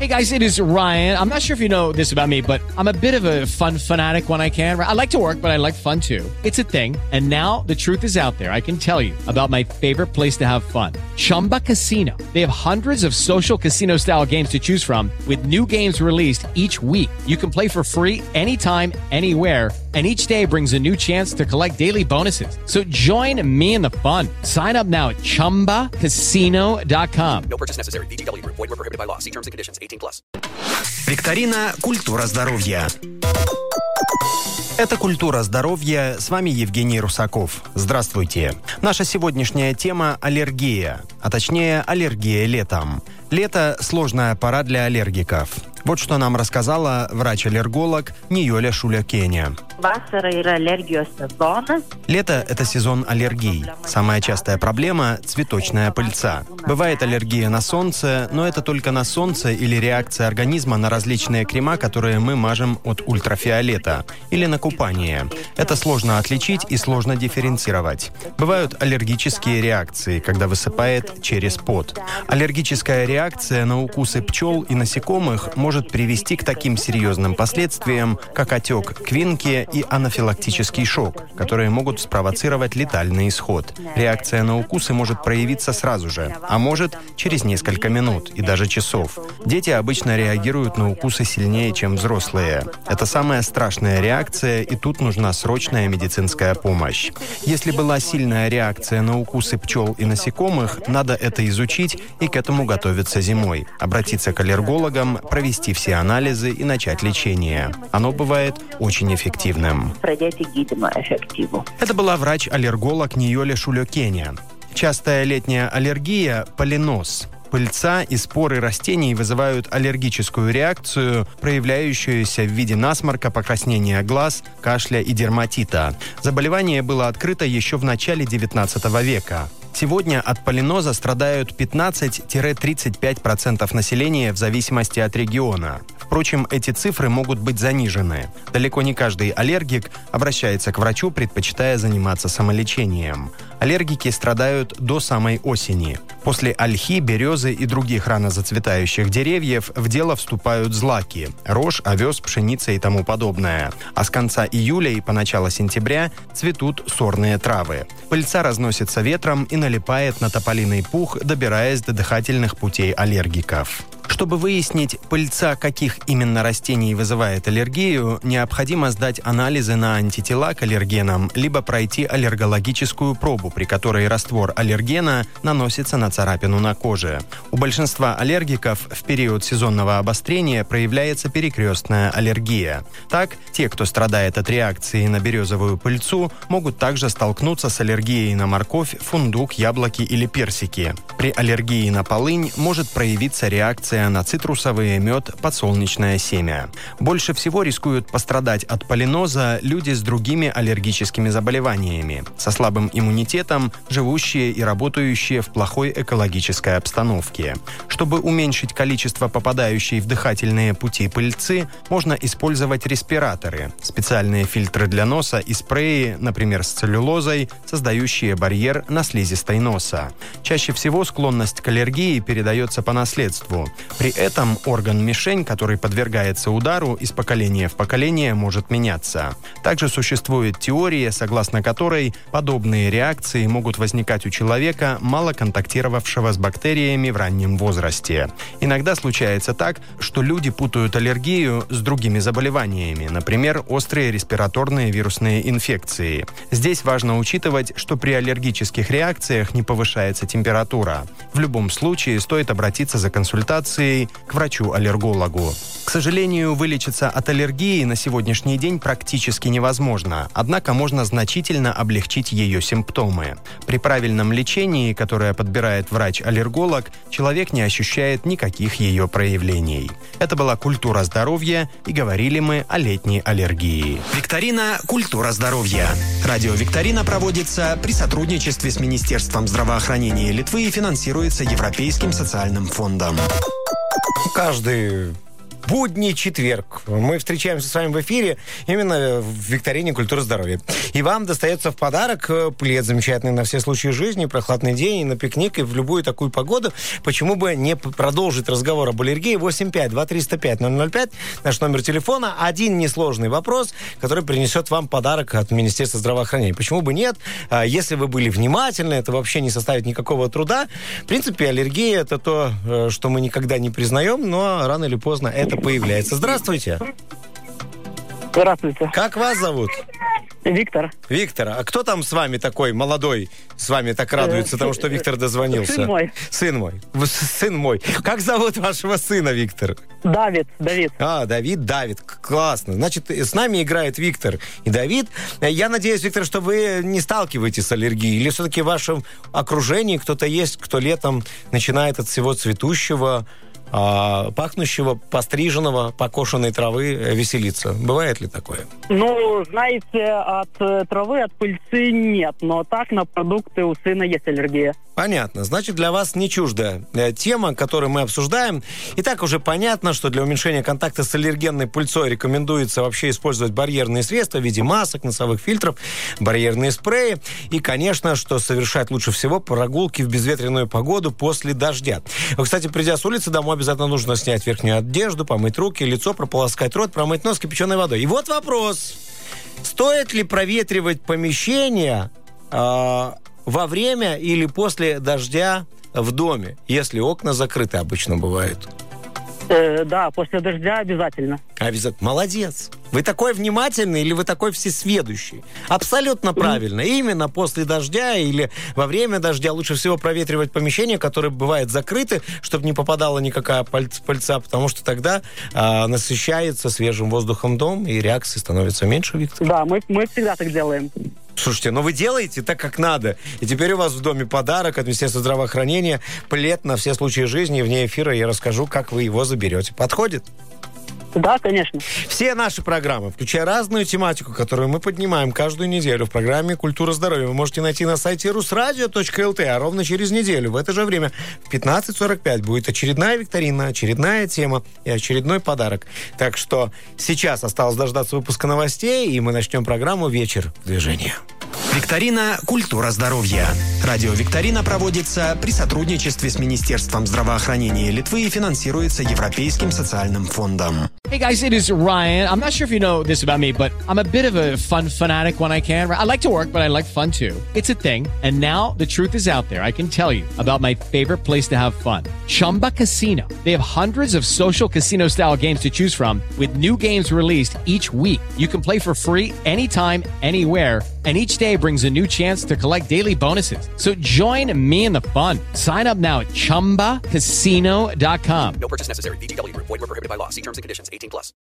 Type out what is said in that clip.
Hey guys, it is Ryan. I'm not sure if you know this about me, but I'm a bit of a fun fanatic when I can. I like to work, but I like fun too. It's a thing. And now the truth is out there. I can tell you about my favorite place to have fun. Chumba Casino. They have hundreds of social casino style games to choose from with new games released each week. You can play for free anytime, anywhere. And each day brings a new chance to collect daily bonuses. So join me in the fun. Sign up now at ChumbaCasino.com. No purchase necessary. VGW Group. Void where prohibited by law. See terms and conditions. 18+. Викторина «Культура здоровья». Это «Культура здоровья». С вами Евгений Русаков. Здравствуйте. Наша сегодняшняя тема – аллергия, а точнее аллергия летом. Лето – сложная пора для аллергиков. Вот что нам рассказала врач-аллерголог Ниоля Шулякеня. Лето – это сезон аллергий. Самая частая проблема – цветочная пыльца. Бывает аллергия на солнце, но это только на солнце или реакция организма на различные крема, которые мы мажем от ультрафиолета, или на купание. Это сложно отличить и сложно дифференцировать. Бывают аллергические реакции, когда высыпает через пот. Аллергическая реакция на укусы пчел и насекомых может привести к таким серьезным последствиям, как отек квинки и анафилактический шок, которые могут спровоцировать летальный исход. Реакция на укусы может проявиться сразу же, а может через несколько минут и даже часов. Дети обычно реагируют на укусы сильнее, чем взрослые. Это самая страшная реакция, и тут нужна срочная медицинская помощь. Если была сильная реакция на укусы пчел и насекомых, надо это изучить и к этому готовиться зимой. Обратиться к аллергологам, провести все анализы и начать лечение. Оно бывает очень эффективным. Это была врач-аллерголог Ниоля Шулякеня. Частая летняя аллергия – полинос. Пыльца и споры растений вызывают аллергическую реакцию, проявляющуюся в виде насморка, покраснения глаз, кашля и дерматита. Заболевание было открыто еще в начале XIX века. Сегодня от полиноза страдают 15-35% населения в зависимости от региона. Впрочем, эти цифры могут быть занижены. Далеко не каждый аллергик обращается к врачу, предпочитая заниматься самолечением. Аллергики страдают до самой осени. После ольхи, березы и других рано зацветающих деревьев в дело вступают злаки – рожь, овес, пшеница и тому подобное. А с конца июля и по начало сентября цветут сорные травы. Пыльца разносится ветром и налипает на тополиный пух, добираясь до дыхательных путей аллергиков. Чтобы выяснить, пыльца каких именно растений вызывает аллергию, необходимо сдать анализы на антитела к аллергенам, либо пройти аллергологическую пробу, при которой раствор аллергена наносится на царапину на коже. У большинства аллергиков в период сезонного обострения проявляется перекрестная аллергия. Так, те, кто страдает от реакции на березовую пыльцу, могут также столкнуться с аллергией на морковь, фундук, яблоки или персики. При аллергии на полынь может проявиться реакция на цитрусовые, мед, подсолнечное семя. Больше всего рискуют пострадать от полиноза люди с другими аллергическими заболеваниями, со слабым иммунитетом, живущие и работающие в плохой экологической обстановке. Чтобы уменьшить количество попадающей в дыхательные пути пыльцы, можно использовать респираторы, специальные фильтры для носа и спреи, например, с целлюлозой, создающие барьер на слизистой носа. Чаще всего склонность к аллергии передается по наследству. При этом орган-мишень, который подвергается удару, из поколения в поколение может меняться. Также существует теория, согласно которой подобные реакции могут возникать у человека, мало контактировавшего с бактериями в раннем возрасте. Иногда случается так, что люди путают аллергию с другими заболеваниями, например, острые респираторные вирусные инфекции. Здесь важно учитывать, что при аллергических реакциях не повышается температура. В любом случае стоит обратиться за консультацией к врачу-аллергологу. К сожалению, вылечиться от аллергии на сегодняшний день практически невозможно, однако можно значительно облегчить ее симптомы. При правильном лечении, которое подбирает врач-аллерголог, человек не ощущает никаких ее проявлений. Это была «Культура здоровья», и говорили мы о летней аллергии. Викторина «Культура здоровья». Радиовикторина проводится при сотрудничестве с Министерством здравоохранения Литвы и финансируется Европейским социальным фондом. Каждый будний четверг. Мы встречаемся с вами в эфире именно в викторине «Культура здоровья». И вам достается в подарок плед замечательный на все случаи жизни, прохладный день, и на пикник, и в любую такую погоду. Почему бы не продолжить разговор об аллергии? 85-2305-005, наш номер телефона. Один несложный вопрос, который принесет вам подарок от Министерства здравоохранения. Почему бы нет? Если вы были внимательны, это вообще не составит никакого труда. В принципе, аллергия – это то, что мы никогда не признаем, но рано или поздно это появляется. Здравствуйте. Здравствуйте. Как вас зовут? Виктор. Виктор. А кто там с вами такой молодой, с вами так радуется тому, что Виктор дозвонился? Сын мой. Сын мой. Сын мой. Как зовут вашего сына, Виктор? Давид. Давид. Классно. Значит, с нами играет Виктор и Давид. Я надеюсь, Виктор, что вы не сталкиваетесь с аллергией. Или все-таки в вашем окружении кто-то есть, кто летом начинает от всего цветущего, пахнущего, постриженного, покошенной травы веселиться. Бывает ли такое? Ну, знаете, от травы, от пыльцы нет. Но так на продукты у сына есть аллергия. Понятно. Значит, для вас не чуждая тема, которую мы обсуждаем. И так уже понятно, что для уменьшения контакта с аллергенной пыльцой рекомендуется вообще использовать барьерные средства в виде масок, носовых фильтров, барьерные спреи. И, конечно, что совершать лучше всего прогулки в безветренную погоду после дождя. Кстати, придя с улицы домой, обязательно нужно снять верхнюю одежду, помыть руки, лицо, прополоскать рот, промыть нос кипяченой водой. И вот вопрос. Стоит ли проветривать помещение во время или после дождя в доме, если окна закрыты обычно бывают? Да, после дождя обязательно. Обязательно. Молодец. Вы такой внимательный или вы такой всесведущий? Абсолютно правильно. Именно после дождя или во время дождя лучше всего проветривать помещения, которые бывают закрыты, чтобы не попадала никакая пыльца, потому что тогда насыщается свежим воздухом дом, и реакции становится меньше, Виктор. Да, мы всегда так делаем. Слушайте, вы делаете так, как надо. И теперь у вас в доме подарок от Министерства здравоохранения. Плед на все случаи жизни. И вне эфира я расскажу, как вы его заберете. Подходит? Да, конечно. Все наши программы, включая разную тематику, которую мы поднимаем каждую неделю в программе «Культура здоровья», вы можете найти на сайте rusradio.lt, а ровно через неделю в это же время в 15:45 будет очередная викторина, очередная тема и очередной подарок. Так что сейчас осталось дождаться выпуска новостей, и мы начнем программу «Вечер в движении». Викторина «Культура здоровья». Радиовикторина проводится при сотрудничестве с Министерством здравоохранения Литвы и финансируется Европейским социальным фондом. Hey guys, it is Ryan. I'm not sure if you know this about me, but I'm a bit of a fun fanatic when I can. I like to work, but I like fun too. It's a thing. And now the truth is out there. I can tell you about my favorite place to have fun. Chumba Casino. They have hundreds of social casino style games to choose from with new games released each week. You can play for free anytime, anywhere. And each day brings a new chance to collect daily bonuses. So join me in the fun. Sign up now at ChumbaCasino.com. No purchase necessary. VGW Group. Void where prohibited by law. See terms and conditions. 18+.